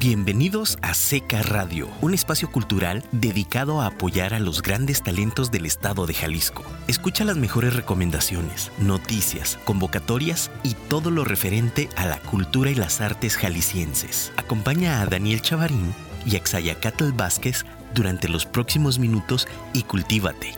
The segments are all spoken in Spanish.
Bienvenidos a Seca Radio, un espacio cultural dedicado a apoyar a los grandes talentos del estado de Jalisco. Escucha las mejores recomendaciones, noticias, convocatorias y todo lo referente a la cultura y las artes jaliscienses. Acompaña a Daniel Chavarín y a Xayacatl Vázquez durante los próximos minutos y cultívate.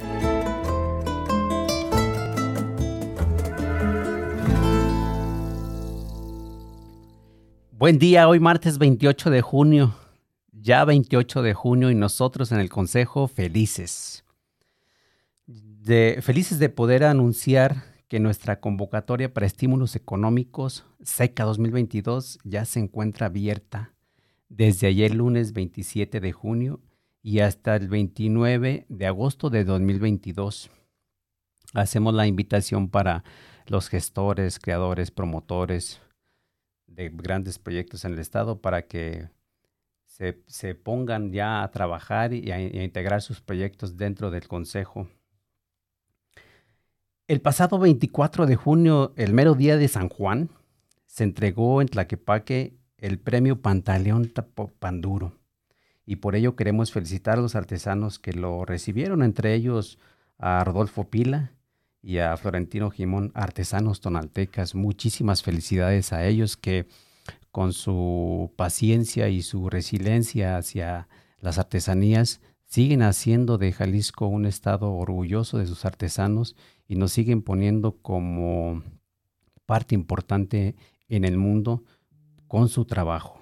Buen día, hoy martes 28 de junio, ya 28 de junio y nosotros en el Consejo felices. Felices de poder anunciar que nuestra convocatoria para estímulos económicos SECA 2022 ya se encuentra abierta desde ayer lunes 27 de junio y hasta el 29 de agosto de 2022. Hacemos la invitación para los gestores, creadores, promotores de grandes proyectos en el estado para que se pongan ya a trabajar y a integrar sus proyectos dentro del consejo. El pasado 24 de junio, el mero día de San Juan, se entregó en Tlaquepaque el premio Pantaleón Panduro y por ello queremos felicitar a los artesanos que lo recibieron, entre ellos a Rodolfo Pila y a Florentino Jimón, artesanos tonaltecas. Muchísimas felicidades a ellos que con su paciencia y su resiliencia hacia las artesanías siguen haciendo de Jalisco un estado orgulloso de sus artesanos y nos siguen poniendo como parte importante en el mundo con su trabajo.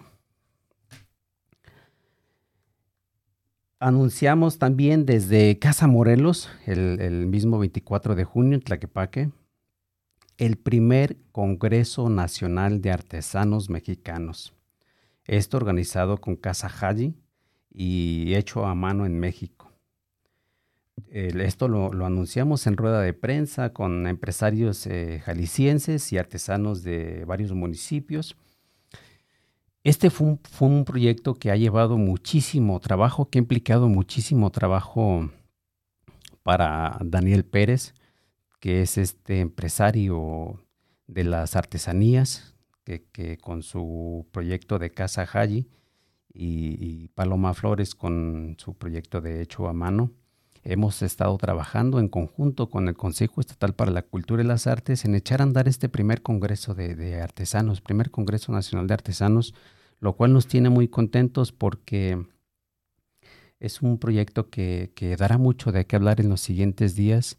Anunciamos también desde Casa Morelos, el mismo 24 de junio en Tlaquepaque, el primer Congreso Nacional de Artesanos Mexicanos. Esto organizado con Casa Haji y hecho a mano en México. Esto lo anunciamos en rueda de prensa con empresarios jaliscienses y artesanos de varios municipios. Este fue un proyecto que ha llevado muchísimo trabajo, que ha implicado muchísimo trabajo para Daniel Pérez, que es este empresario de las artesanías, que con su proyecto de Casa Haji y Paloma Flores con su proyecto de hecho a mano. Hemos estado trabajando en conjunto con el Consejo Estatal para la Cultura y las Artes en echar a andar este primer Congreso de Artesanos, primer Congreso Nacional de Artesanos, lo cual nos tiene muy contentos porque es un proyecto que dará mucho de qué hablar en los siguientes días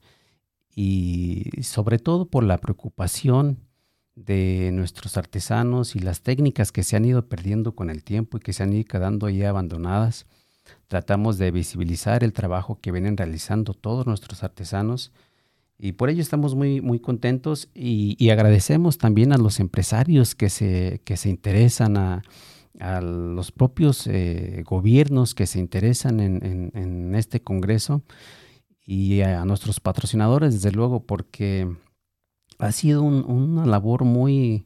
y sobre todo por la preocupación de nuestros artesanos y las técnicas que se han ido perdiendo con el tiempo y que se han ido quedando ahí abandonadas. Tratamos de visibilizar el trabajo que vienen realizando todos nuestros artesanos y por ello estamos muy, muy contentos y agradecemos también a los empresarios que se interesan, a los propios gobiernos que se interesan en este congreso y a nuestros patrocinadores, desde luego, porque ha sido una labor muy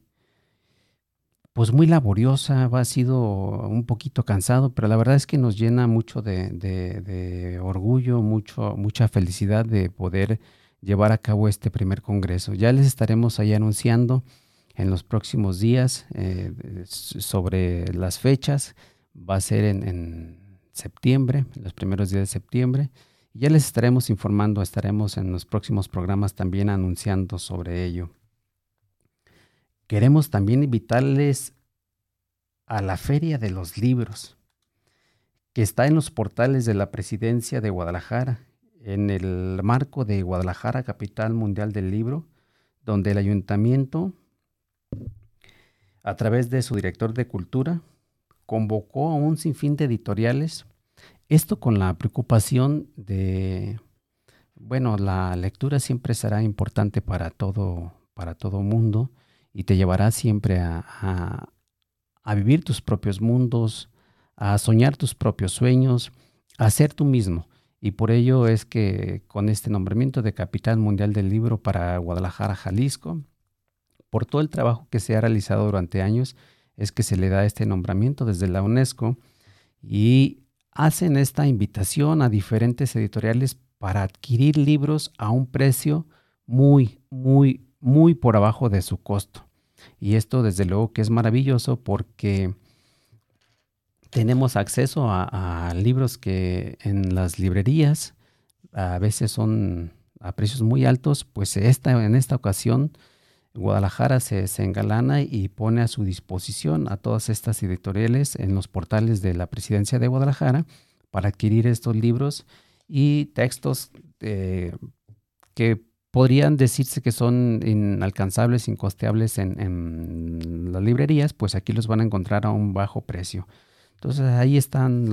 laboriosa, ha sido un poquito cansado, pero la verdad es que nos llena mucho de orgullo, mucha felicidad de poder llevar a cabo este primer congreso. Ya les estaremos ahí anunciando en los próximos días sobre las fechas. Va a ser en septiembre, en los primeros días de septiembre. Ya les estaremos informando, estaremos en los próximos programas también anunciando sobre ello. Queremos también invitarles a la Feria de los Libros, que está en los portales de la Presidencia de Guadalajara, en el marco de Guadalajara, Capital Mundial del Libro, donde el Ayuntamiento, a través de su director de Cultura, convocó a un sinfín de editoriales. Esto con la preocupación de, la lectura siempre será importante para todo mundo y te llevará siempre a vivir tus propios mundos, a soñar tus propios sueños, a ser tú mismo. Y por ello es que con este nombramiento de Capital Mundial del Libro para Guadalajara, Jalisco, por todo el trabajo que se ha realizado durante años, es que se le da este nombramiento desde la UNESCO y hacen esta invitación a diferentes editoriales para adquirir libros a un precio muy, muy, muy por abajo de su costo. Y esto desde luego que es maravilloso porque tenemos acceso a libros que en las librerías a veces son a precios muy altos, pues en esta ocasión Guadalajara se engalana y pone a su disposición a todas estas editoriales en los portales de la Presidencia de Guadalajara para adquirir estos libros y textos que podrían decirse que son inalcanzables, incosteables en las librerías, pues aquí los van a encontrar a un bajo precio. Entonces ahí están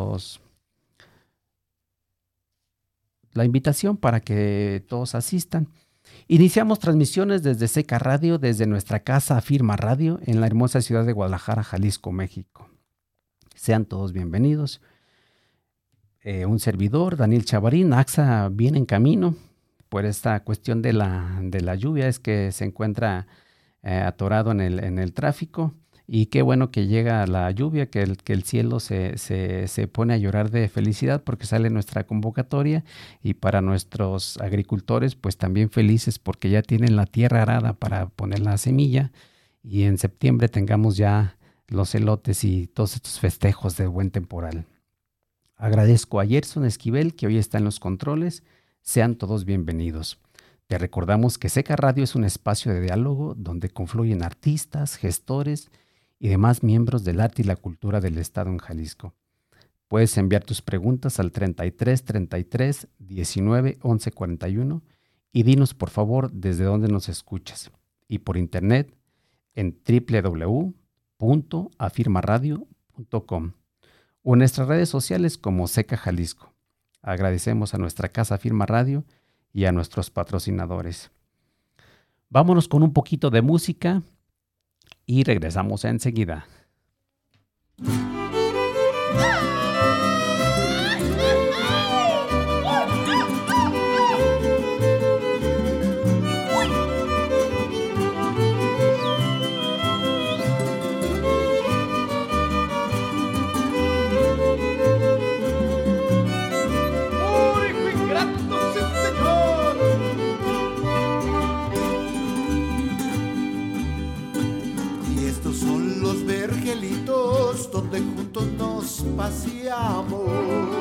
la invitación para que todos asistan. Iniciamos transmisiones desde Seca Radio, desde nuestra casa Afirma Radio, en la hermosa ciudad de Guadalajara, Jalisco, México. Sean todos bienvenidos. Un servidor, Daniel Chavarín. AXA viene en camino por esta cuestión de la lluvia, es que se encuentra atorado en el tráfico. Y qué bueno que llega la lluvia, que el cielo se pone a llorar de felicidad porque sale nuestra convocatoria, y para nuestros agricultores pues también felices porque ya tienen la tierra arada para poner la semilla y en septiembre tengamos ya los elotes y todos estos festejos de buen temporal. Agradezco a Gerson Esquivel, que hoy está en los controles. Sean todos bienvenidos. Te recordamos que Seca Radio es un espacio de diálogo donde confluyen artistas, gestores y demás miembros del arte y la cultura del estado en Jalisco. Puedes enviar tus preguntas al 33 33 19 11 41 y dinos por favor desde dónde nos escuchas, y por internet en www.afirmaradio.com o en nuestras redes sociales como Seca Jalisco. Agradecemos a nuestra casa Afirma Radio y a nuestros patrocinadores. Vámonos con un poquito de música y regresamos enseguida. Donde juntos nos paseamos,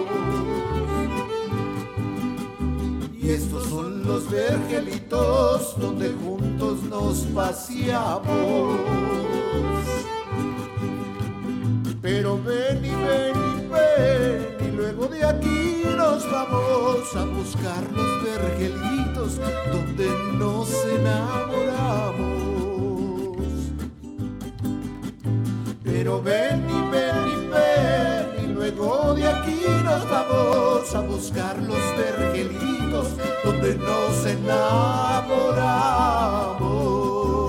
y estos son los vergelitos donde juntos nos paseamos. Pero ven y ven y ven, y luego de aquí nos vamos a buscar los vergelitos donde nos enamoramos. Pero ven y ven y ven, y luego de aquí nos vamos a buscar los vergelitos donde nos enamoramos.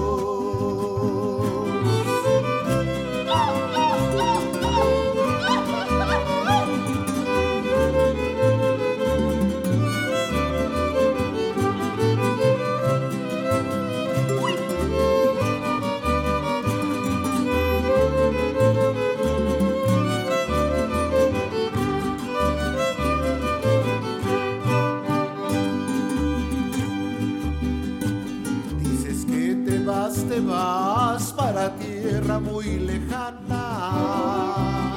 Te vas para tierra muy lejana.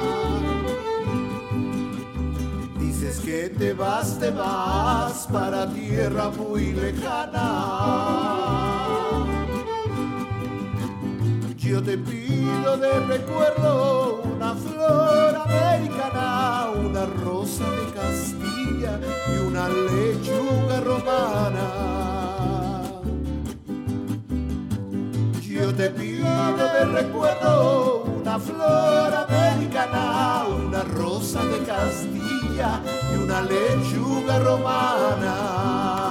Dices que te vas para tierra muy lejana. Yo te pido de recuerdo una flor americana, una rosa de Castilla y una lechuga romana. Yo te pido de recuerdo una flor americana, una rosa de Castilla y una lechuga romana.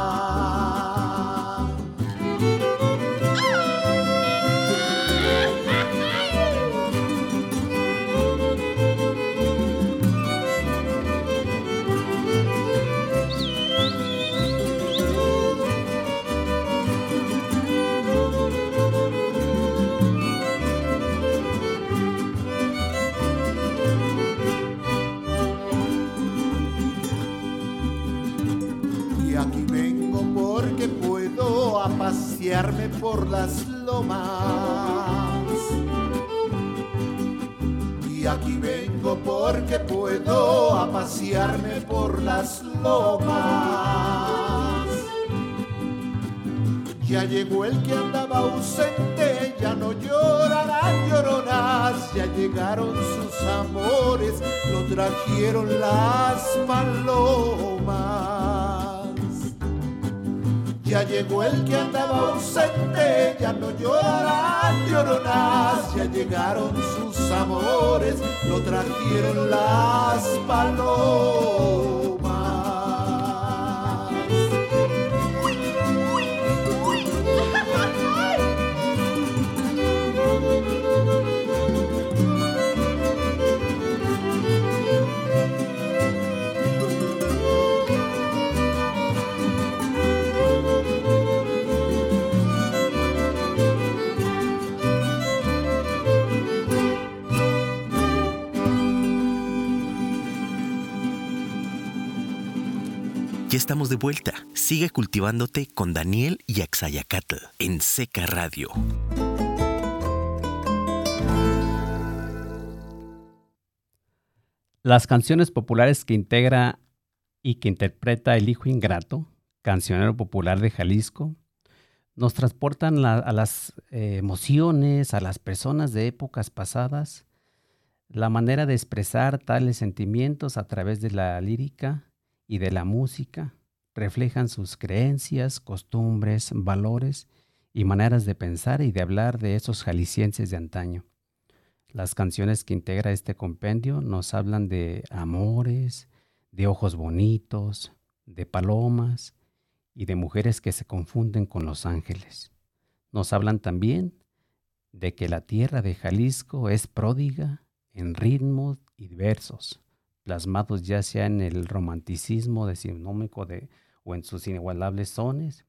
Pasearme por las lomas, y aquí vengo porque puedo a pasearme por las lomas. Ya llegó el que andaba ausente, ya no llorarán lloronas, ya llegaron sus amores, lo trajeron las palomas. Ya llegó el que andaba ausente, ya no llorarán lloronas, ya llegaron sus amores, lo trajeron las palomas. Ya estamos de vuelta. Sigue cultivándote con Daniel y Axayacatl en Seca Radio. Las canciones populares que integra y que interpreta El Hijo Ingrato, cancionero popular de Jalisco, nos transportan a las emociones, a las personas de épocas pasadas, la manera de expresar tales sentimientos a través de la lírica y de la música, reflejan sus creencias, costumbres, valores y maneras de pensar y de hablar de esos jaliscienses de antaño. Las canciones que integra este compendio nos hablan de amores, de ojos bonitos, de palomas y de mujeres que se confunden con los ángeles. Nos hablan también de que la tierra de Jalisco es pródiga en ritmos y versos, plasmados ya sea en el romanticismo decimonómico o en sus inigualables sones.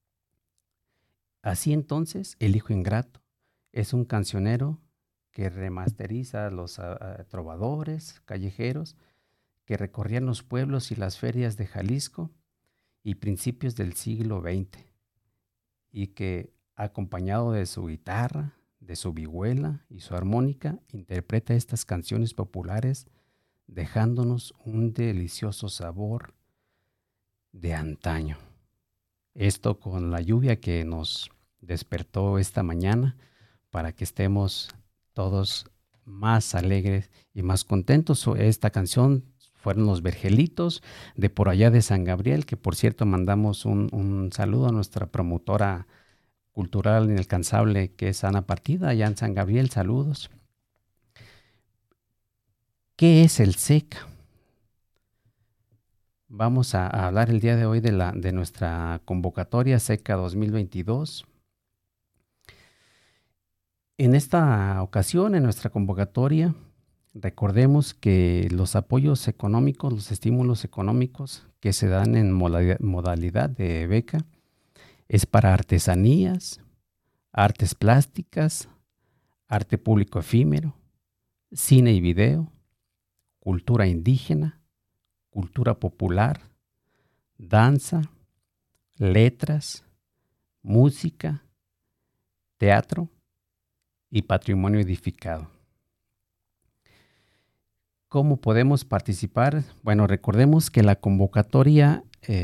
Así entonces, El Hijo Ingrato es un cancionero que remasteriza a los trovadores callejeros que recorrían los pueblos y las ferias de Jalisco y principios del siglo XX, y que, acompañado de su guitarra, de su vihuela y su armónica, interpreta estas canciones populares dejándonos un delicioso sabor de antaño. Esto con la lluvia que nos despertó esta mañana para que estemos todos más alegres y más contentos. Esta canción fueron los Vergelitos de por allá de San Gabriel, que por cierto mandamos un saludo a nuestra promotora cultural inalcanzable que es Ana Partida, allá en San Gabriel. Saludos. ¿Qué es el SECA? Vamos a hablar el día de hoy de nuestra convocatoria SECA 2022. En esta ocasión, en nuestra convocatoria, recordemos que los apoyos económicos, los estímulos económicos que se dan en modalidad de beca es para artesanías, artes plásticas, arte público efímero, cine y video, cultura indígena, cultura popular, danza, letras, música, teatro y patrimonio edificado. ¿Cómo podemos participar? Bueno, recordemos que la convocatoria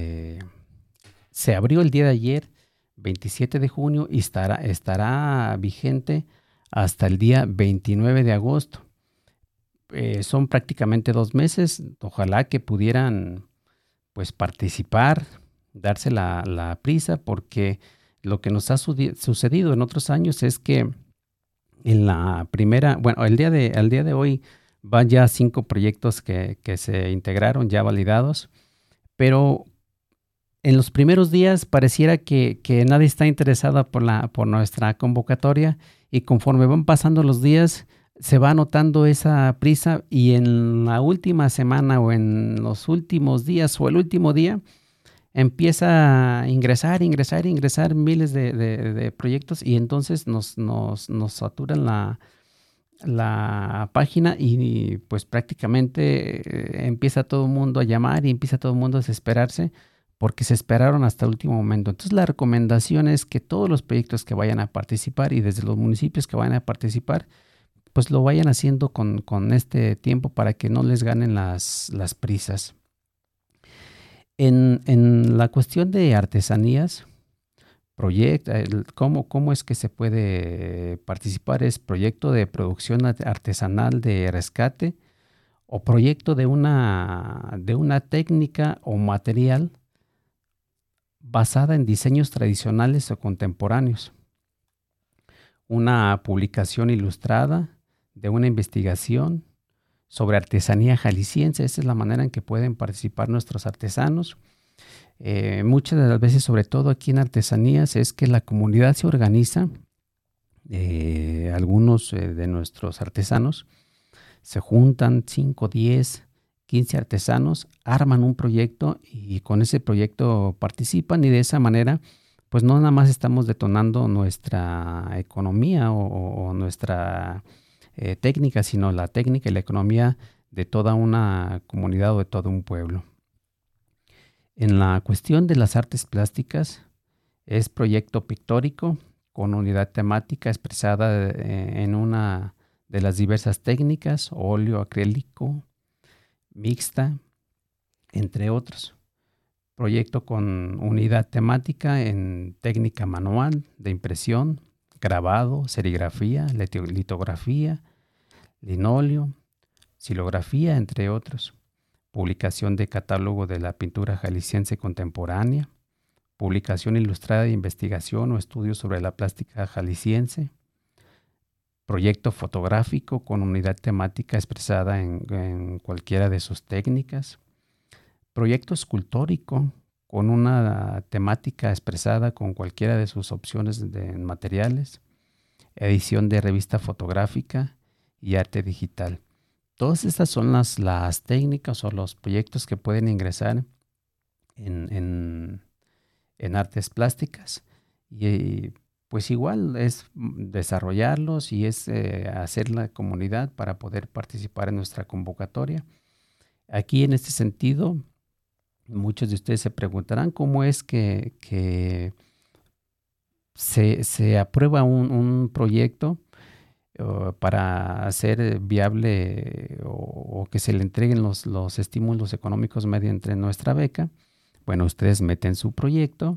se abrió el día de ayer, 27 de junio, y estará vigente hasta el día 29 de agosto. Son prácticamente 2 meses. Ojalá que pudieran pues participar, darse la prisa, porque lo que nos ha sucedido en otros años es que en la primera, bueno, al día de hoy van ya 5 proyectos que se integraron, ya validados, pero en los primeros días pareciera que nadie está interesado por nuestra convocatoria, y conforme van pasando los días se va notando esa prisa, y en la última semana o en los últimos días o el último día empieza a ingresar miles de proyectos, y entonces nos saturan la página, y pues prácticamente empieza todo el mundo a llamar y empieza todo el mundo a desesperarse porque se esperaron hasta el último momento. Entonces la recomendación es que todos los proyectos que vayan a participar, y desde los municipios que vayan a participar, pues lo vayan haciendo con este tiempo para que no les ganen las prisas. En la cuestión de artesanías, ¿cómo es que se puede participar? Es proyecto de producción artesanal de rescate o proyecto de una técnica o material basada en diseños tradicionales o contemporáneos. Una publicación ilustrada de una investigación sobre artesanía jalisciense. Esa es la manera en que pueden participar nuestros artesanos. Muchas de las veces, sobre todo aquí en artesanías, es que la comunidad se organiza. Algunos de nuestros artesanos se juntan 5, 10, 15 artesanos, arman un proyecto y con ese proyecto participan, y de esa manera pues no nada más estamos detonando nuestra economía o nuestra técnica, sino la técnica y la economía de toda una comunidad o de todo un pueblo. En la cuestión de las artes plásticas, es proyecto pictórico con unidad temática expresada en una de las diversas técnicas, óleo, acrílico, mixta, entre otros. Proyecto con unidad temática en técnica manual de impresión, grabado, serigrafía, litografía, linóleo, xilografía, entre otros. Publicación de catálogo de la pintura jalisciense contemporánea, publicación ilustrada de investigación o estudios sobre la plástica jalisciense, proyecto fotográfico con unidad temática expresada en cualquiera de sus técnicas, proyecto escultórico con una temática expresada con cualquiera de sus opciones de materiales, edición de revista fotográfica y arte digital. Todas estas son las técnicas o los proyectos que pueden ingresar en artes plásticas, y pues igual es desarrollarlos y es hacer la comunidad para poder participar en nuestra convocatoria. Aquí en este sentido, muchos de ustedes se preguntarán cómo es que se aprueba un proyecto para hacer viable o que se le entreguen los estímulos económicos mediante nuestra beca. Bueno, ustedes meten su proyecto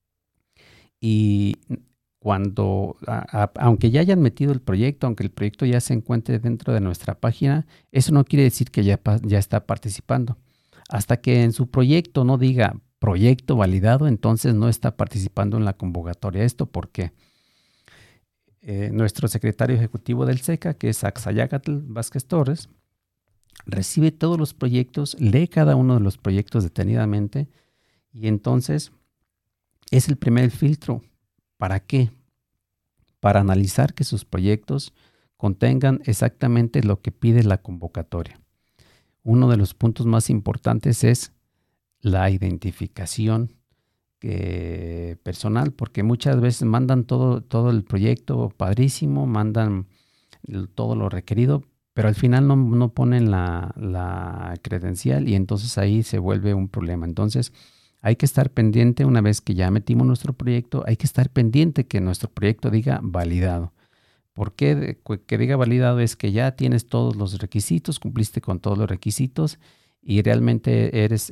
y cuando, aunque ya hayan metido el proyecto, aunque el proyecto ya se encuentre dentro de nuestra página, eso no quiere decir que ya está participando. Hasta que en su proyecto no diga proyecto validado, entonces no está participando en la convocatoria. ¿Esto por qué? Nuestro secretario ejecutivo del SECA, que es Axayácatl Vázquez Torres, recibe todos los proyectos, lee cada uno de los proyectos detenidamente y entonces es el primer filtro. ¿Para qué? Para analizar que sus proyectos contengan exactamente lo que pide la convocatoria. Uno de los puntos más importantes es la identificación personal, porque muchas veces mandan todo el proyecto padrísimo, mandan todo lo requerido, pero al final no ponen la credencial y entonces ahí se vuelve un problema. Entonces hay que estar pendiente, una vez que ya metimos nuestro proyecto, hay que estar pendiente que nuestro proyecto diga validado. ¿Por qué que diga validado? Es que ya tienes todos los requisitos, cumpliste con todos los requisitos y realmente es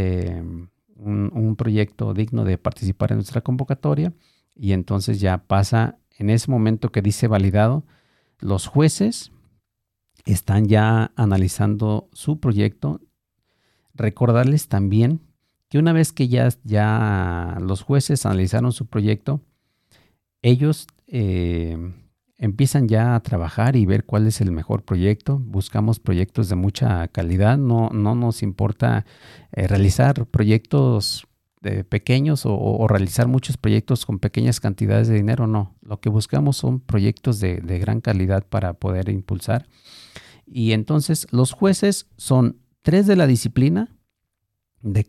un proyecto digno de participar en nuestra convocatoria, y entonces ya pasa en ese momento que dice validado. Los jueces están ya analizando su proyecto. Recordarles también que una vez que ya los jueces analizaron su proyecto, ellos empiezan ya a trabajar y ver cuál es el mejor proyecto. Buscamos proyectos de mucha calidad, no nos importa realizar proyectos pequeños o realizar muchos proyectos con pequeñas cantidades de dinero, no. Lo que buscamos son proyectos de gran calidad para poder impulsar. Y entonces los jueces son 3 de la disciplina del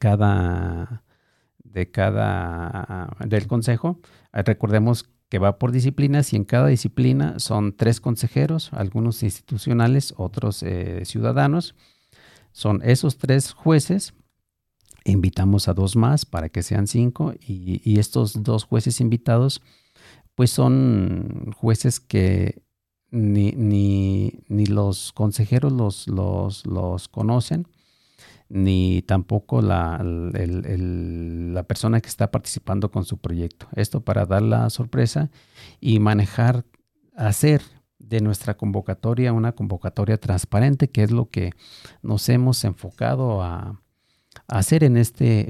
consejo. Recordemos que va por disciplinas y en cada disciplina son 3 consejeros, algunos institucionales, otros ciudadanos. Son esos 3 jueces. Invitamos a 2 más para que sean 5 y estos 2 jueces invitados pues son jueces que ni los consejeros los conocen, ni tampoco la persona que está participando con su proyecto. Esto para dar la sorpresa y manejar, hacer de nuestra convocatoria una convocatoria transparente, que es lo que nos hemos enfocado a hacer en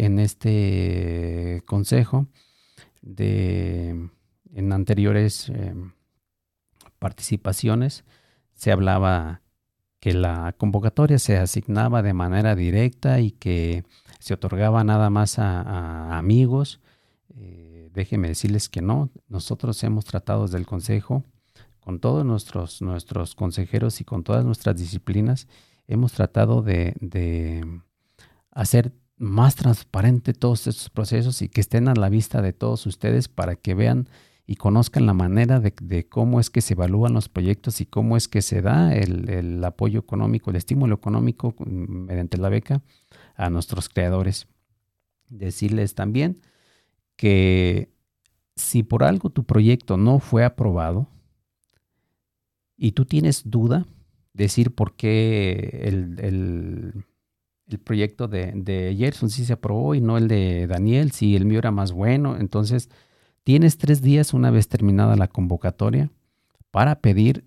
este consejo. En anteriores participaciones se hablaba que la convocatoria se asignaba de manera directa y que se otorgaba nada más a amigos. Déjenme decirles que no. Nosotros hemos tratado desde el consejo, con todos nuestros consejeros y con todas nuestras disciplinas, hemos tratado de hacer más transparente todos estos procesos y que estén a la vista de todos ustedes para que vean y conozcan la manera de cómo es que se evalúan los proyectos y cómo es que se da el apoyo económico, el estímulo económico mediante la beca a nuestros creadores. Decirles también que si por algo tu proyecto no fue aprobado y tú tienes duda, decir por qué el proyecto de Gerson sí se aprobó y no el de Daniel, si el mío era más bueno, entonces tienes 3 días una vez terminada la convocatoria para pedir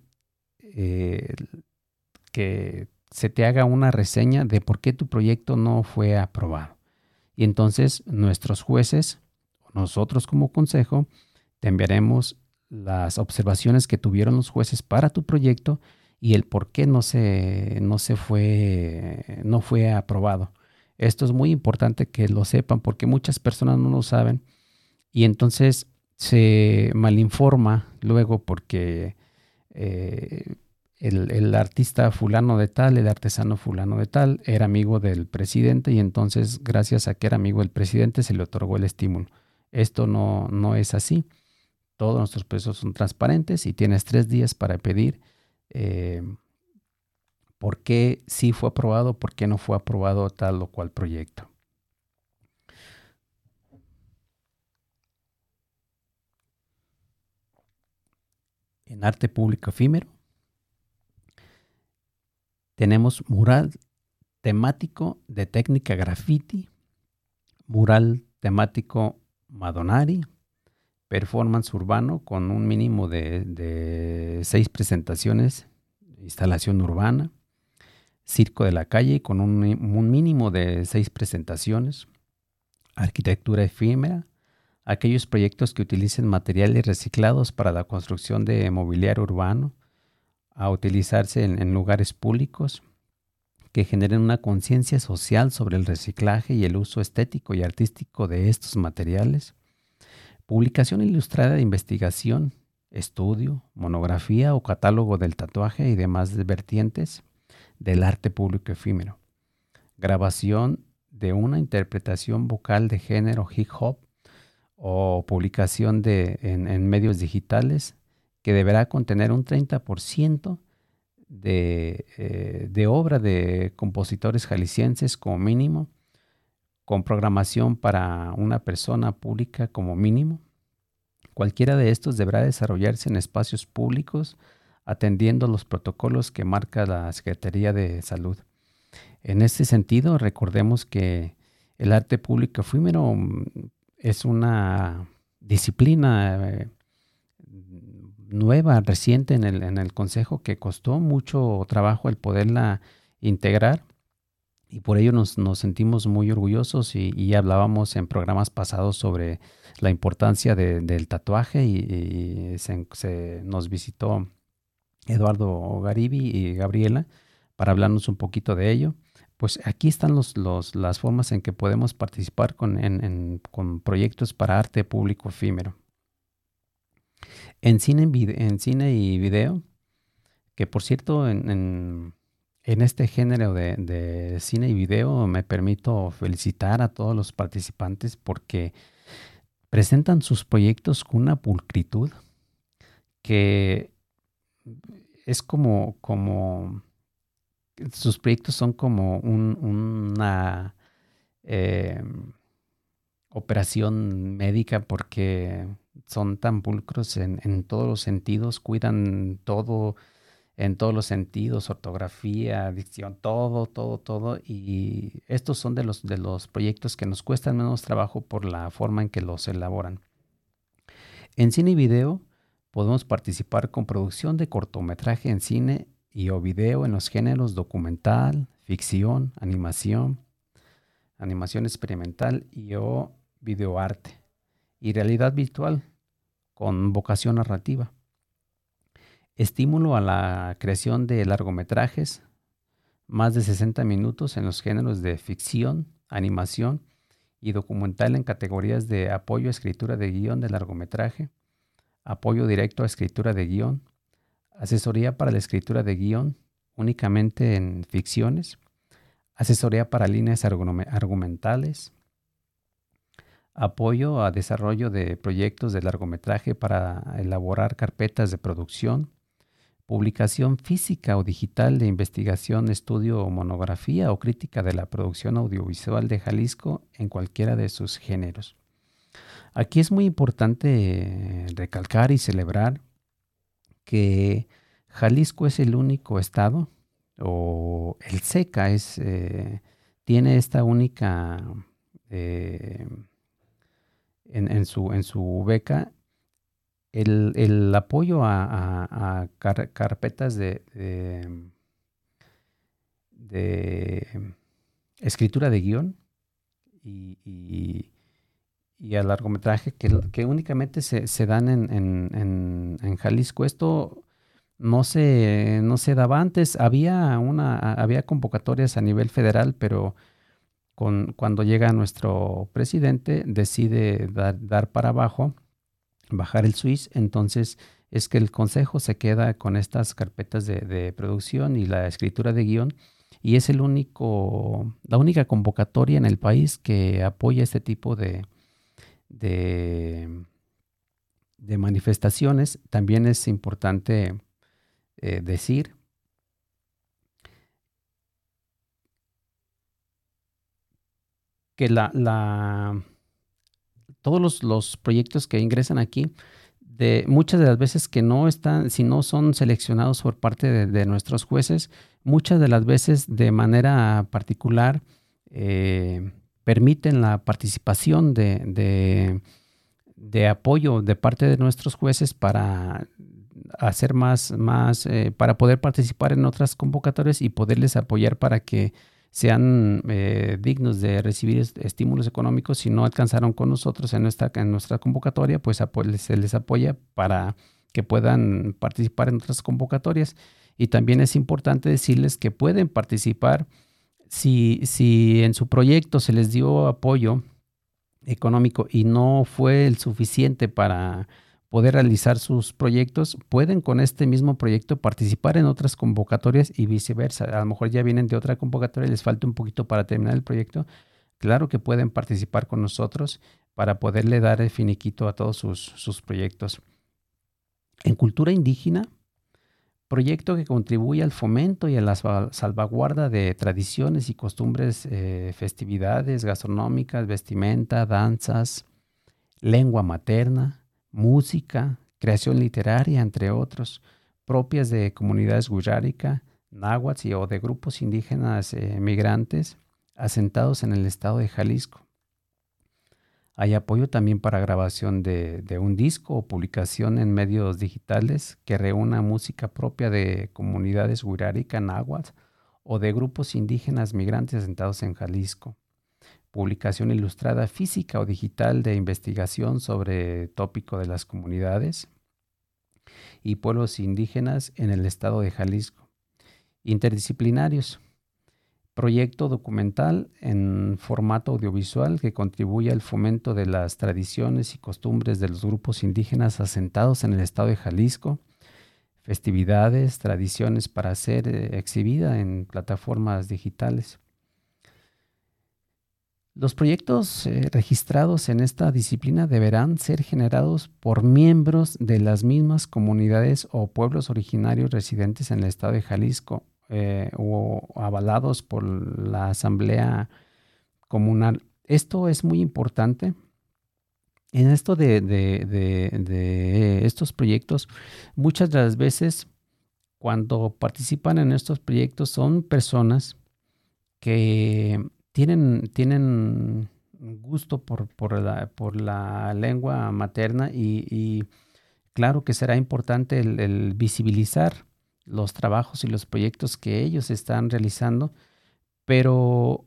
que se te haga una reseña de por qué tu proyecto no fue aprobado. Y entonces nuestros jueces, nosotros como consejo, te enviaremos las observaciones que tuvieron los jueces para tu proyecto y el por qué no fue aprobado. Esto es muy importante que lo sepan porque muchas personas no lo saben y entonces se malinforma luego porque el artista fulano de tal, el artesano fulano de tal, era amigo del presidente y entonces gracias a que era amigo del presidente se le otorgó el estímulo. Esto no es así. Todos nuestros procesos son transparentes y tienes 3 días para pedir por qué sí fue aprobado, por qué no fue aprobado tal o cual proyecto. En arte público efímero tenemos mural temático de técnica graffiti, mural temático Madonari, performance urbano con un mínimo de 6 presentaciones, instalación urbana, circo de la calle con un mínimo de 6 presentaciones, arquitectura efímera, aquellos proyectos que utilicen materiales reciclados para la construcción de mobiliario urbano, a utilizarse en lugares públicos, que generen una conciencia social sobre el reciclaje y el uso estético y artístico de estos materiales, publicación ilustrada de investigación, estudio, monografía o catálogo del tatuaje y demás vertientes del arte público efímero, grabación de una interpretación vocal de género hip hop o publicación en medios digitales que deberá contener un 30% de obra de compositores jaliscienses como mínimo, con programación para una persona pública como mínimo. Cualquiera de estos deberá desarrollarse en espacios públicos atendiendo los protocolos que marca la Secretaría de Salud. En este sentido, recordemos que el arte público efímero es una disciplina nueva, reciente en el Consejo, que costó mucho trabajo el poderla integrar y por ello nos sentimos muy orgullosos y hablábamos en programas pasados sobre la importancia del tatuaje y nos visitó Eduardo Garibi y Gabriela para hablarnos un poquito de ello. Pues aquí están las formas en que podemos participar con proyectos para arte público efímero. En cine y video, que por cierto en este género de cine y video me permito felicitar a todos los participantes porque presentan sus proyectos con una pulcritud que es como sus proyectos son como una operación médica porque son tan pulcros en todos los sentidos, cuidan todo en todos los sentidos, ortografía, dicción, todo, todo, todo. Y estos son de los proyectos que nos cuestan menos trabajo por la forma en que los elaboran. En cine y video podemos participar con producción de cortometraje en cine y o video en los géneros documental, ficción, animación experimental y o videoarte y realidad virtual con vocación narrativa. Estímulo a la creación de largometrajes, más de 60 minutos en los géneros de ficción, animación y documental en categorías de apoyo a escritura de guión de largometraje, apoyo directo a escritura de guión, asesoría para la escritura de guión únicamente en ficciones, asesoría para líneas argumentales, apoyo a desarrollo de proyectos de largometraje para elaborar carpetas de producción, publicación física o digital de investigación, estudio o monografía o crítica de la producción audiovisual de Jalisco en cualquiera de sus géneros. Aquí es muy importante recalcar y celebrar que Jalisco es el único estado, o el SECA tiene esta única, en su beca, el apoyo a carpetas de escritura de guión y a largometraje que únicamente se dan en Jalisco. Esto no se daba antes. Había convocatorias a nivel federal, pero cuando llega nuestro presidente decide dar para abajo, bajar el SUIS, entonces es que el consejo se queda con estas carpetas de producción y la escritura de guión, y es la única convocatoria en el país que apoya este tipo de manifestaciones. También es importante decir que todos los proyectos que ingresan aquí, muchas de las veces que no están, si no son seleccionados por parte de nuestros jueces, muchas de las veces de manera particular permiten la participación de apoyo de parte de nuestros jueces para hacer para poder participar en otras convocatorias y poderles apoyar para que sean dignos de recibir estímulos económicos. Si no alcanzaron con nosotros en nuestra convocatoria, pues se les apoya para que puedan participar en otras convocatorias. Y también es importante decirles que pueden participar si en su proyecto se les dio apoyo económico y no fue el suficiente para poder realizar sus proyectos, pueden con este mismo proyecto participar en otras convocatorias y viceversa. A lo mejor ya vienen de otra convocatoria y les falta un poquito para terminar el proyecto. Claro que pueden participar con nosotros para poderle dar el finiquito a todos sus proyectos. En cultura indígena, proyecto que contribuye al fomento y a la salvaguarda de tradiciones y costumbres, festividades gastronómicas, vestimenta, danzas, lengua materna, música, creación literaria, entre otros, propias de comunidades wixárika, náhuatl o de grupos indígenas migrantes asentados en el estado de Jalisco. Hay apoyo también para grabación de un disco o publicación en medios digitales que reúna música propia de comunidades wixárika, náhuatl o de grupos indígenas migrantes asentados en Jalisco. Publicación ilustrada física o digital de investigación sobre tópico de las comunidades y pueblos indígenas en el estado de Jalisco. Interdisciplinarios. Proyecto documental en formato audiovisual que contribuye al fomento de las tradiciones y costumbres de los grupos indígenas asentados en el estado de Jalisco. Festividades, tradiciones para ser exhibida en plataformas digitales. Los proyectos registrados en esta disciplina deberán ser generados por miembros de las mismas comunidades o pueblos originarios residentes en el estado de Jalisco o avalados por la Asamblea Comunal. Esto es muy importante En esto de estos proyectos, muchas de las veces cuando participan en estos proyectos son personas que tienen gusto por la lengua materna y claro que será importante el visibilizar los trabajos y los proyectos que ellos están realizando, pero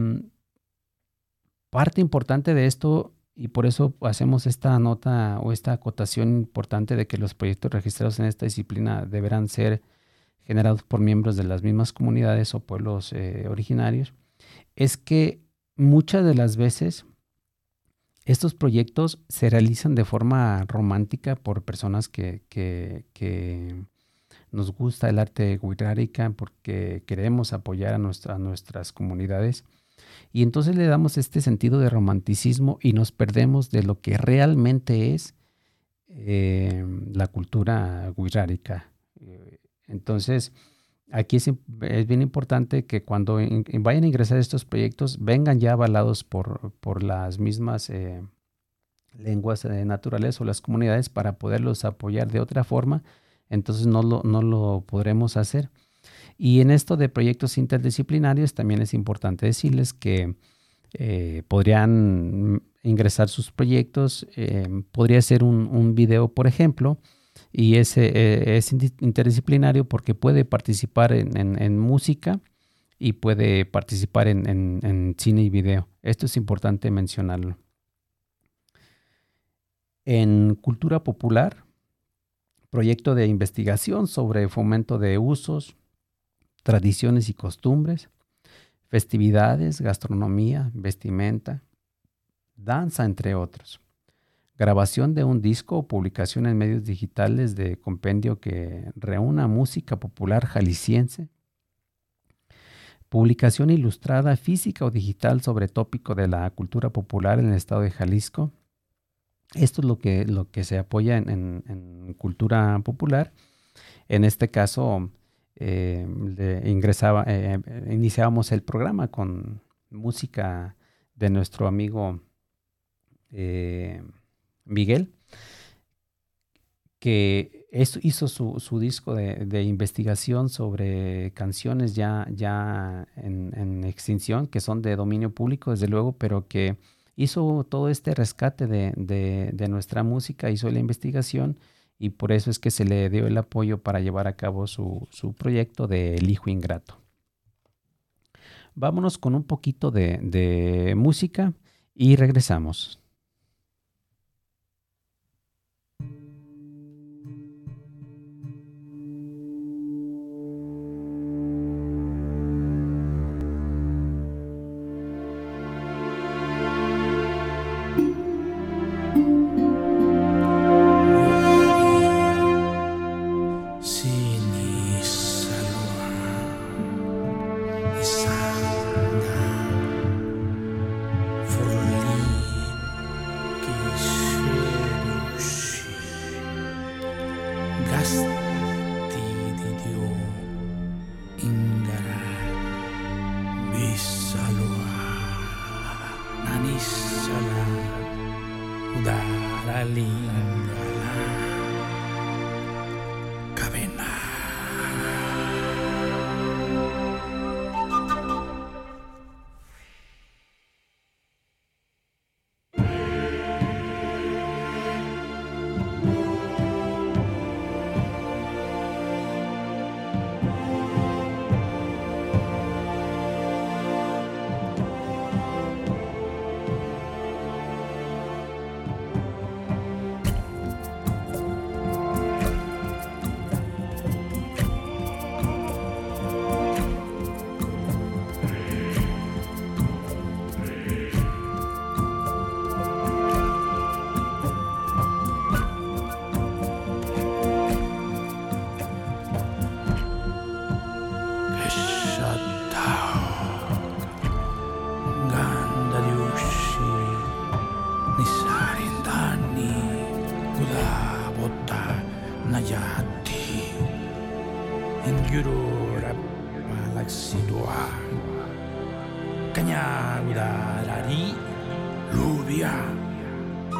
parte importante de esto, y por eso hacemos esta nota o esta acotación importante de que los proyectos registrados en esta disciplina deberán ser generados por miembros de las mismas comunidades o pueblos originarios, es que muchas de las veces estos proyectos se realizan de forma romántica por personas que nos gusta el arte wixárika, porque queremos apoyar a nuestras comunidades. Y entonces le damos este sentido de romanticismo y nos perdemos de lo que realmente es la cultura wixárika. Entonces, aquí es bien importante que cuando vayan a ingresar a estos proyectos vengan ya avalados por las mismas lenguas naturales o las comunidades para poderlos apoyar de otra forma. Entonces no lo podremos hacer. Y en esto de proyectos interdisciplinarios también es importante decirles que podrían ingresar sus proyectos, podría ser un video, por ejemplo, y ese es interdisciplinario porque puede participar en música y puede participar en cine y video. Esto es importante mencionarlo. En cultura popular, proyecto de investigación sobre fomento de usos, tradiciones y costumbres, festividades, gastronomía, vestimenta, danza, entre otros. Grabación de un disco o publicación en medios digitales de compendio que reúna música popular jalisciense. Publicación ilustrada física o digital sobre tópico de la cultura popular en el estado de Jalisco. Esto es lo que se apoya en cultura popular. En este caso, iniciábamos el programa con música de nuestro amigo Miguel, que hizo su disco de investigación sobre canciones ya en extinción, que son de dominio público, desde luego, pero que hizo todo este rescate de nuestra música, hizo la investigación y por eso es que se le dio el apoyo para llevar a cabo su proyecto de El Hijo Ingrato. Vámonos con un poquito de música y regresamos.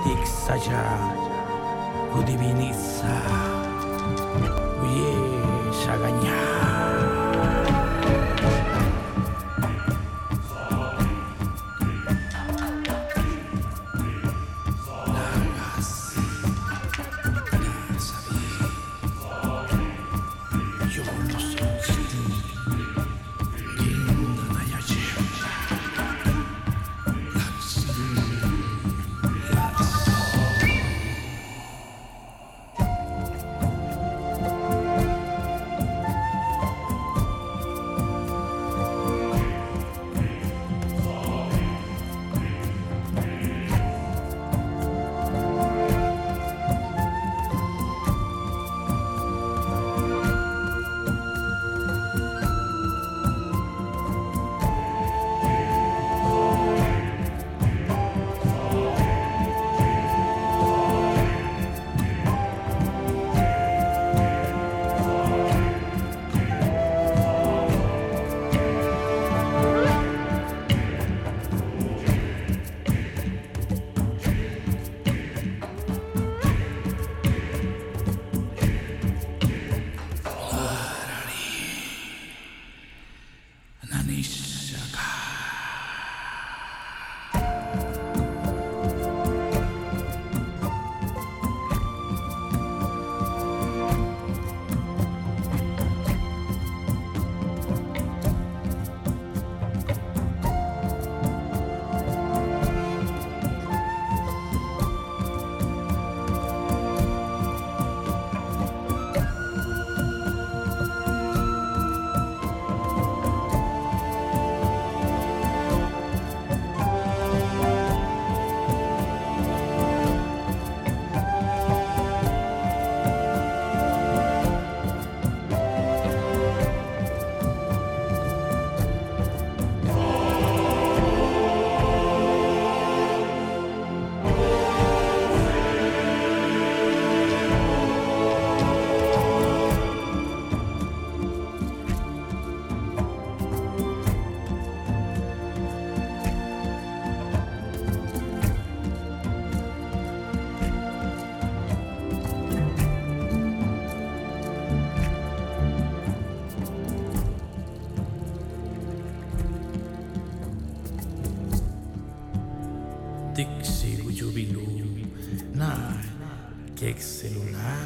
Ixaya, Udivinisa, Uye, Shaganya. Dixi Guyubilu, na kek celular,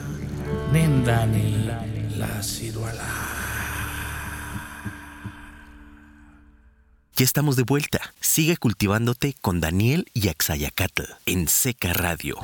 nendani la ciruala. Ya estamos de vuelta. Sigue cultivándote con Daniel y Axayacatl en Seca Radio.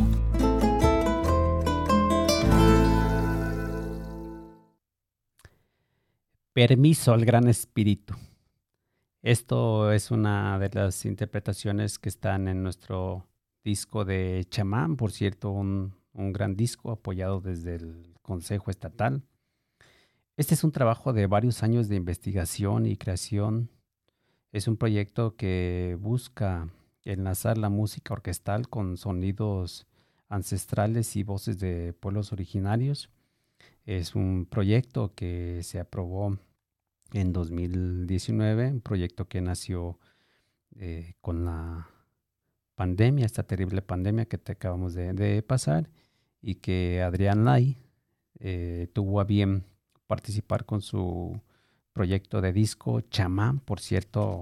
Permiso al Gran Espíritu. Esto es una de las interpretaciones que están en nuestro disco de Chamán, por cierto, un gran disco apoyado desde el Consejo Estatal. Este es un trabajo de varios años de investigación y creación. Es un proyecto que busca enlazar la música orquestal con sonidos ancestrales y voces de pueblos originarios. Es un proyecto que se aprobó en 2019, un proyecto que nació con la pandemia, esta terrible pandemia que te acabamos de pasar, y que Adrián Lai tuvo a bien participar con su proyecto de disco Chamán, por cierto,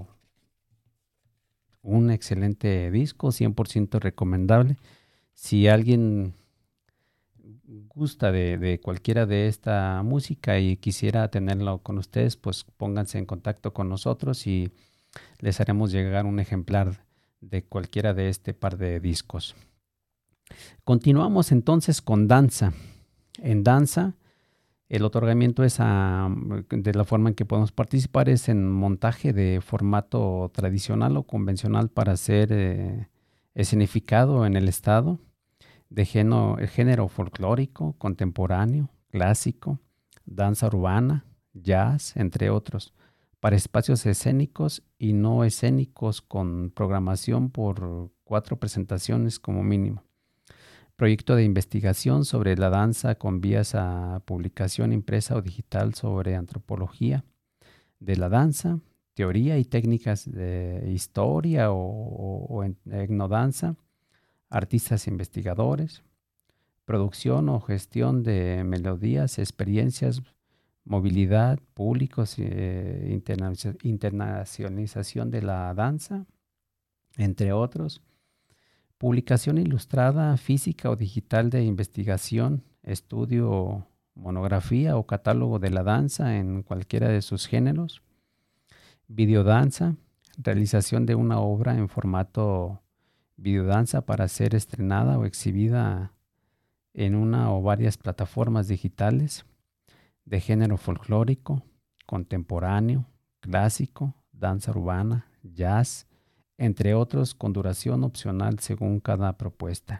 un excelente disco, 100% recomendable. Si alguien gusta de cualquiera de esta música y quisiera tenerlo con ustedes, pues pónganse en contacto con nosotros y les haremos llegar un ejemplar de cualquiera de este par de discos. Continuamos entonces con danza. En danza, el otorgamiento es de la forma en que podemos participar es en montaje de formato tradicional o convencional para ser escenificado en el estado, de género folclórico, contemporáneo, clásico, danza urbana, jazz, entre otros, para espacios escénicos y no escénicos con programación por 4 presentaciones como mínimo. Proyecto de investigación sobre la danza con vías a publicación impresa o digital sobre antropología de la danza, teoría y técnicas de historia o etnodanza, artistas investigadores, producción o gestión de melodías, experiencias, movilidad, públicos, internacionalización de la danza, entre otros. Publicación ilustrada, física o digital de investigación, estudio, monografía o catálogo de la danza en cualquiera de sus géneros. Videodanza, realización de una obra en formato videodanza para ser estrenada o exhibida en una o varias plataformas digitales de género folclórico, contemporáneo, clásico, danza urbana, jazz, entre otros, con duración opcional según cada propuesta.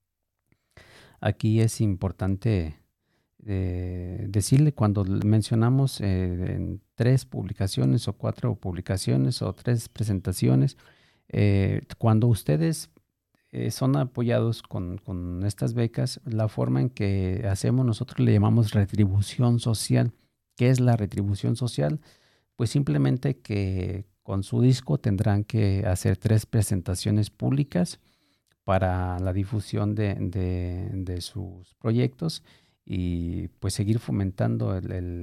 Aquí es importante decirle, cuando mencionamos en 3 publicaciones o 4 publicaciones o 3 presentaciones, cuando ustedes son apoyados con estas becas, la forma en que hacemos nosotros le llamamos retribución social. ¿Qué es la retribución social? Pues simplemente que con su disco tendrán que hacer 3 presentaciones públicas para la difusión de sus proyectos y pues seguir fomentando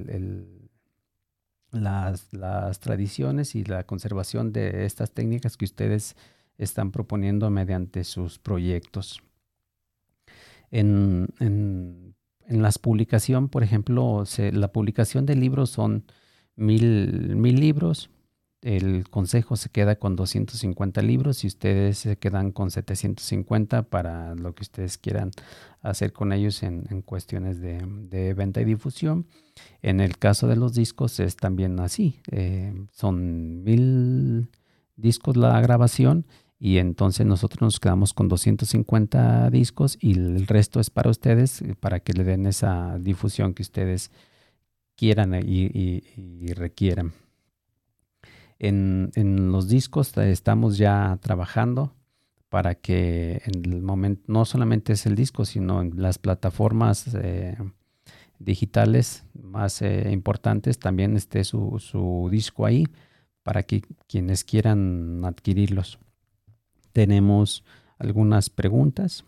las tradiciones y la conservación de estas técnicas que ustedes están proponiendo mediante sus proyectos. En las publicaciones, por ejemplo, la publicación de libros son 1000 libros. El consejo se queda con 250 libros y ustedes se quedan con 750 para lo que ustedes quieran hacer con ellos en cuestiones de venta y difusión. En el caso de los discos es también así. Son 1000 discos la grabación y entonces nosotros nos quedamos con 250 discos y el resto es para ustedes, para que le den esa difusión que ustedes quieran y requieran. En los discos estamos ya trabajando para que en el momento, no solamente es el disco, sino en las plataformas digitales más importantes también esté su disco ahí para que quienes quieran adquirirlos. Tenemos algunas preguntas.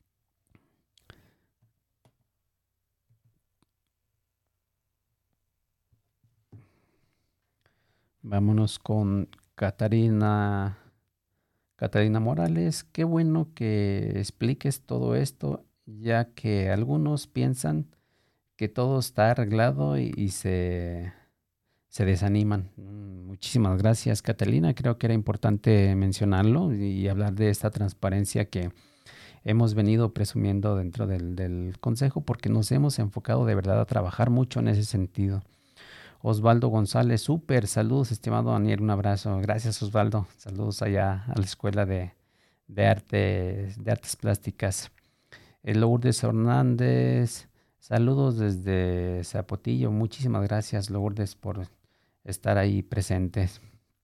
Vámonos con Catarina Morales. Qué bueno que expliques todo esto, ya que algunos piensan que todo está arreglado y se desaniman. Muchísimas gracias, Catalina. Creo que era importante mencionarlo y hablar de esta transparencia que hemos venido presumiendo dentro del consejo, porque nos hemos enfocado de verdad a trabajar mucho en ese sentido. Osvaldo González, súper, saludos, estimado Daniel, un abrazo. Gracias, Osvaldo. Saludos allá a la Escuela de Artes Plásticas. Lourdes Hernández, saludos desde Zapotillo. Muchísimas gracias, Lourdes, por estar ahí presentes.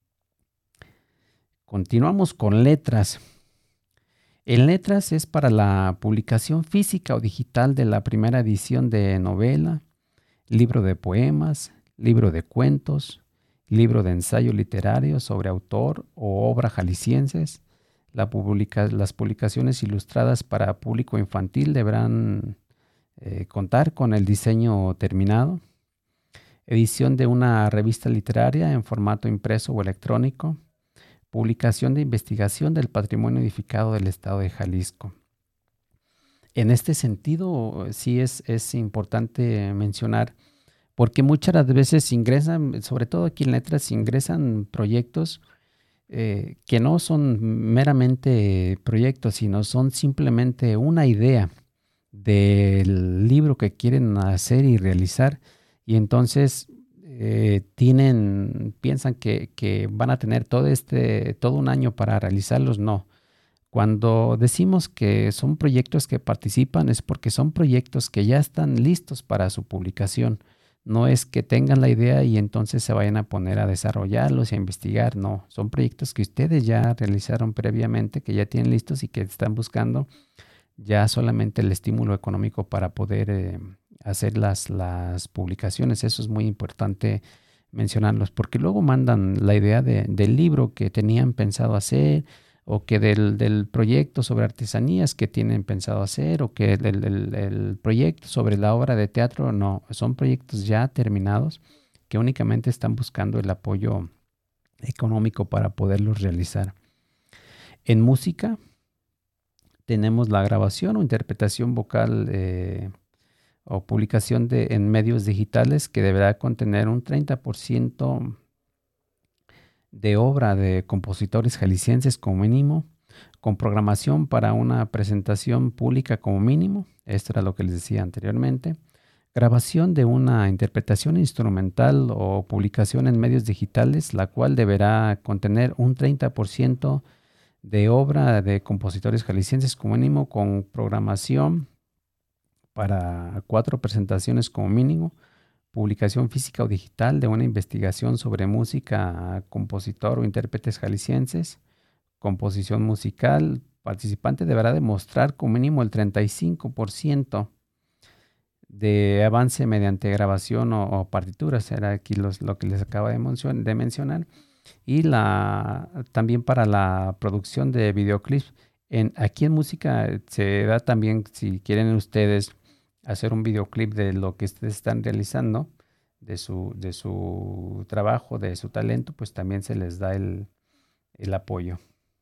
Continuamos con letras. En letras es para la publicación física o digital de la primera edición de novela, libro de poemas, libro de cuentos, libro de ensayo literario sobre autor o obra jaliscienses. Las publicaciones ilustradas para público infantil deberán contar con el diseño terminado. Edición de una revista literaria en formato impreso o electrónico. Publicación de investigación del patrimonio edificado del Estado de Jalisco. En este sentido, sí es importante mencionar, porque muchas de las veces ingresan, sobre todo aquí en letras, ingresan proyectos que no son meramente proyectos, sino son simplemente una idea del libro que quieren hacer y realizar, y entonces piensan que van a tener todo un año para realizarlos. No. Cuando decimos que son proyectos que participan, es porque son proyectos que ya están listos para su publicación. No es que tengan la idea y entonces se vayan a poner a desarrollarlos y a investigar. No, son proyectos que ustedes ya realizaron previamente, que ya tienen listos y que están buscando ya solamente el estímulo económico para poder hacer las publicaciones. Eso es muy importante mencionarlos, porque luego mandan la idea del libro que tenían pensado hacer o que del proyecto sobre artesanías que tienen pensado hacer, o que el proyecto sobre la obra de teatro. No, son proyectos ya terminados que únicamente están buscando el apoyo económico para poderlos realizar. En música tenemos la grabación o interpretación vocal o publicación en medios digitales, que deberá contener un 30% de obra de compositores jaliscienses como mínimo, con programación para una presentación pública como mínimo. Esto era lo que les decía anteriormente. Grabación de una interpretación instrumental o publicación en medios digitales, la cual deberá contener un 30% de obra de compositores jaliscienses como mínimo, con programación para 4 presentaciones como mínimo. Publicación física o digital de una investigación sobre música, compositor o intérpretes jaliscienses. Composición musical. Participante deberá demostrar como mínimo el 35% de avance mediante grabación o partituras. Era aquí lo que les acabo de mencionar. Y también para la producción de videoclips. Aquí en música se da también, si quieren ustedes hacer un videoclip de lo que ustedes están realizando, de su trabajo, de su talento, pues también se les da el apoyo.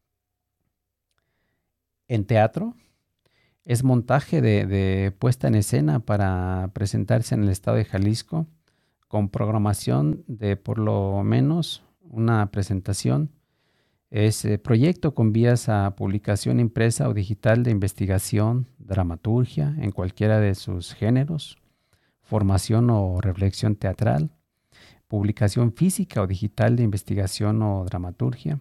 En teatro es montaje de puesta en escena para presentarse en el estado de Jalisco, con programación de por lo menos una presentación. Es proyecto con vías a publicación impresa o digital de investigación, dramaturgia en cualquiera de sus géneros, formación o reflexión teatral, publicación física o digital de investigación o dramaturgia.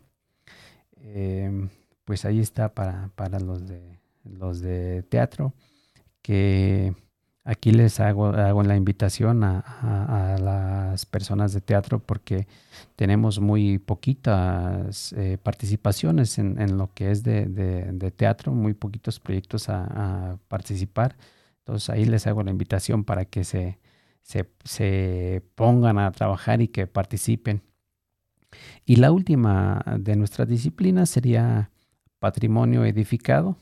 Pues ahí está para los de teatro, que aquí les hago la invitación a las personas de teatro, porque tenemos muy poquitas participaciones en lo que es de teatro, muy poquitos proyectos a participar. Entonces ahí les hago la invitación para que se pongan a trabajar y que participen. Y la última de nuestras disciplinas sería patrimonio edificado.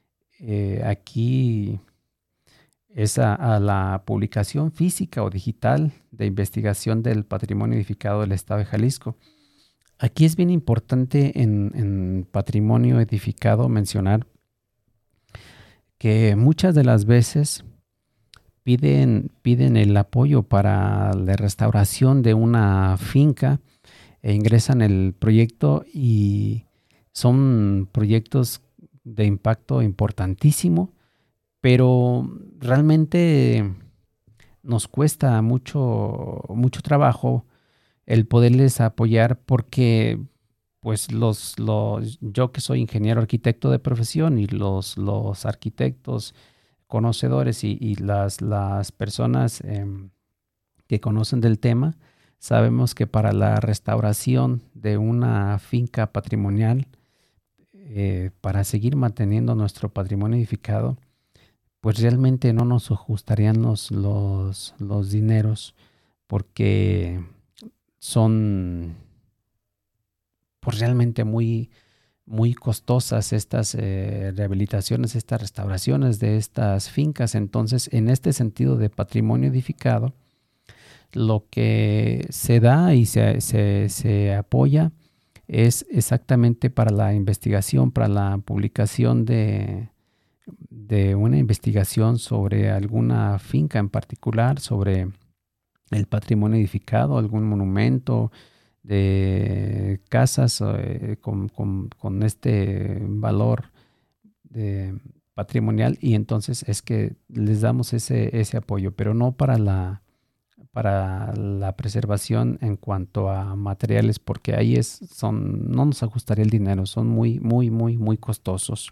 Aquí es a la publicación física o digital de investigación del patrimonio edificado del estado de Jalisco. Aquí es bien importante en patrimonio edificado mencionar que muchas de las veces piden el apoyo para la restauración de una finca e ingresan el proyecto, y son proyectos de impacto importantísimo, pero realmente nos cuesta mucho trabajo el poderles apoyar, porque pues yo que soy ingeniero arquitecto de profesión, y los arquitectos conocedores y las personas que conocen del tema, sabemos que para la restauración de una finca patrimonial, para seguir manteniendo nuestro patrimonio edificado, pues realmente no nos ajustarían los dineros, porque son pues realmente muy, muy costosas estas rehabilitaciones, estas restauraciones de estas fincas. Entonces, en este sentido de patrimonio edificado, lo que se da y se apoya es exactamente para la investigación, para la publicación de una investigación sobre alguna finca en particular, sobre el patrimonio edificado, algún monumento de casas con este valor patrimonial, y entonces es que les damos ese apoyo, pero no para la preservación en cuanto a materiales, porque ahí no nos ajustaría el dinero, son muy, muy, muy, muy costosos.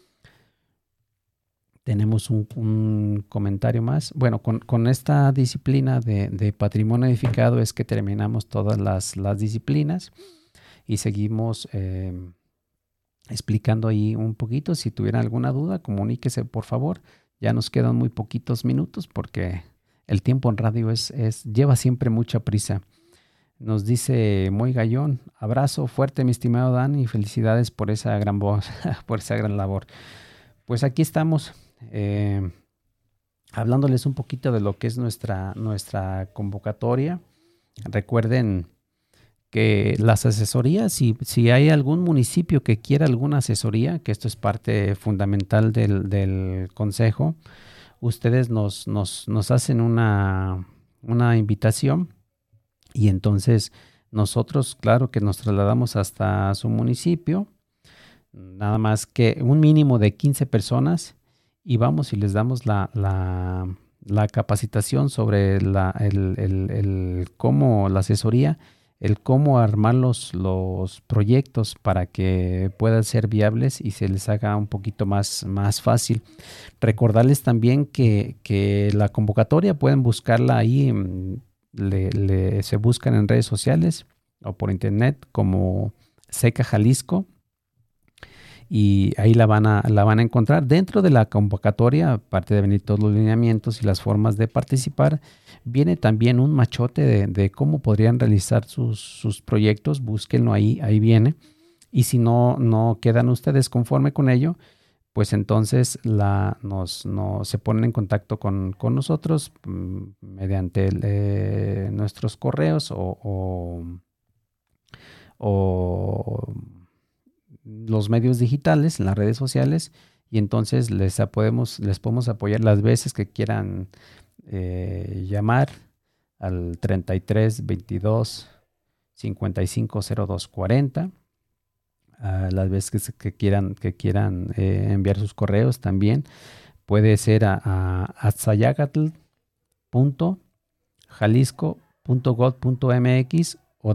Tenemos un comentario más. Bueno, con esta disciplina de patrimonio edificado es que terminamos todas las disciplinas, y seguimos explicando ahí un poquito. Si tuvieran alguna duda, comuníquese por favor. Ya nos quedan muy poquitos minutos, porque el tiempo en radio lleva siempre mucha prisa. Nos dice Muy Gallón, abrazo fuerte mi estimado Dan y felicidades por esa gran voz, por esa gran labor. Pues aquí estamos hablándoles un poquito de lo que es nuestra convocatoria. Recuerden que las asesorías, si hay algún municipio que quiera alguna asesoría, que esto es parte fundamental del consejo, ustedes nos hacen una invitación y entonces nosotros, claro que nos trasladamos hasta su municipio, nada más que un mínimo de 15 personas y vamos y les damos la capacitación sobre el cómo la asesoría, el cómo armar los proyectos para que puedan ser viables y se les haga un poquito más fácil. Recordarles también que la convocatoria pueden buscarla ahí, se buscan en redes sociales o por internet como Seca Jalisco y ahí la van a encontrar. Dentro de la convocatoria, aparte de venir todos los lineamientos y las formas de participar, viene también un machote de cómo podrían realizar sus proyectos. Búsquenlo ahí viene. Y si no quedan ustedes conforme con ello, pues entonces se ponen en contacto con nosotros mediante nuestros correos o los medios digitales, en las redes sociales, y entonces les podemos apoyar las veces que quieran llamar al 33 22 55 02 40, las veces que quieran enviar sus correos también. Puede ser a atzayacatl.jalisco.gov.mx o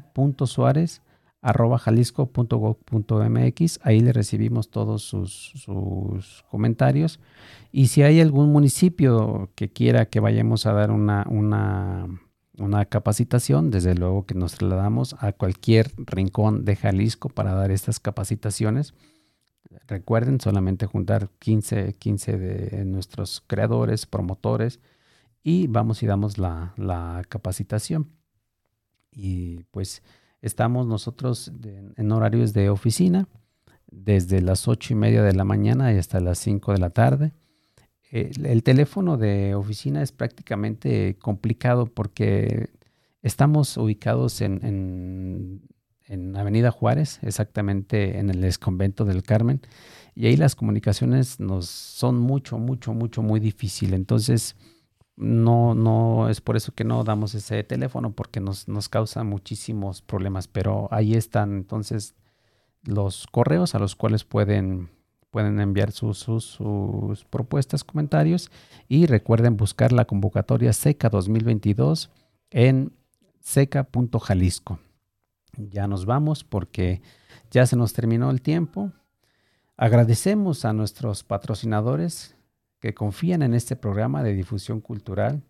daniel.suarez@jalisco.gov.mx. Ahí le recibimos todos sus comentarios. Y si hay algún municipio que quiera que vayamos a dar una capacitación, desde luego que nos trasladamos a cualquier rincón de Jalisco para dar estas capacitaciones. Recuerden solamente juntar 15 de nuestros creadores, promotores, y vamos y damos la capacitación. Y pues estamos nosotros en horarios de oficina desde las 8:30 de la mañana y hasta las 5 de la tarde. El teléfono de oficina es prácticamente complicado porque estamos ubicados en Avenida Juárez, exactamente en el exconvento del Carmen, y ahí las comunicaciones nos son muy difícil. Entonces no es por eso que no damos ese teléfono, porque nos causa muchísimos problemas, pero ahí están entonces los correos a los cuales pueden enviar sus propuestas, comentarios, y recuerden buscar la convocatoria SECA 2022 en seca.jalisco. Ya nos vamos porque ya se nos terminó el tiempo. Agradecemos a nuestros patrocinadores que confían en este programa de difusión cultural,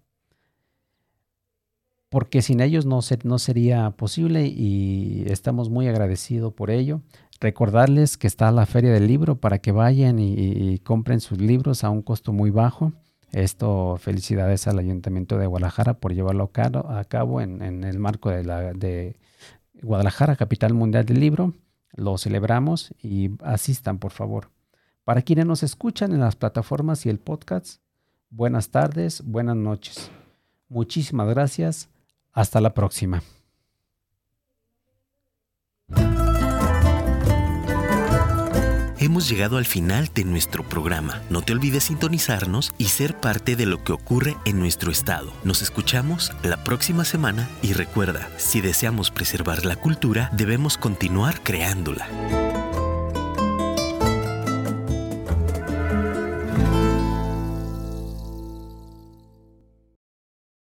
porque sin ellos no sería posible, y estamos muy agradecidos por ello. Recordarles que está la Feria del Libro para que vayan y compren sus libros a un costo muy bajo. Esto, felicidades al Ayuntamiento de Guadalajara por llevarlo a cabo en el marco de Guadalajara, capital mundial del libro. Lo celebramos y asistan, por favor. Para quienes nos escuchan en las plataformas y el podcast, buenas tardes, buenas noches. Muchísimas gracias. Hasta la próxima. Hemos llegado al final de nuestro programa. No te olvides sintonizarnos y ser parte de lo que ocurre en nuestro estado. Nos escuchamos la próxima semana y recuerda, si deseamos preservar la cultura, debemos continuar creándola.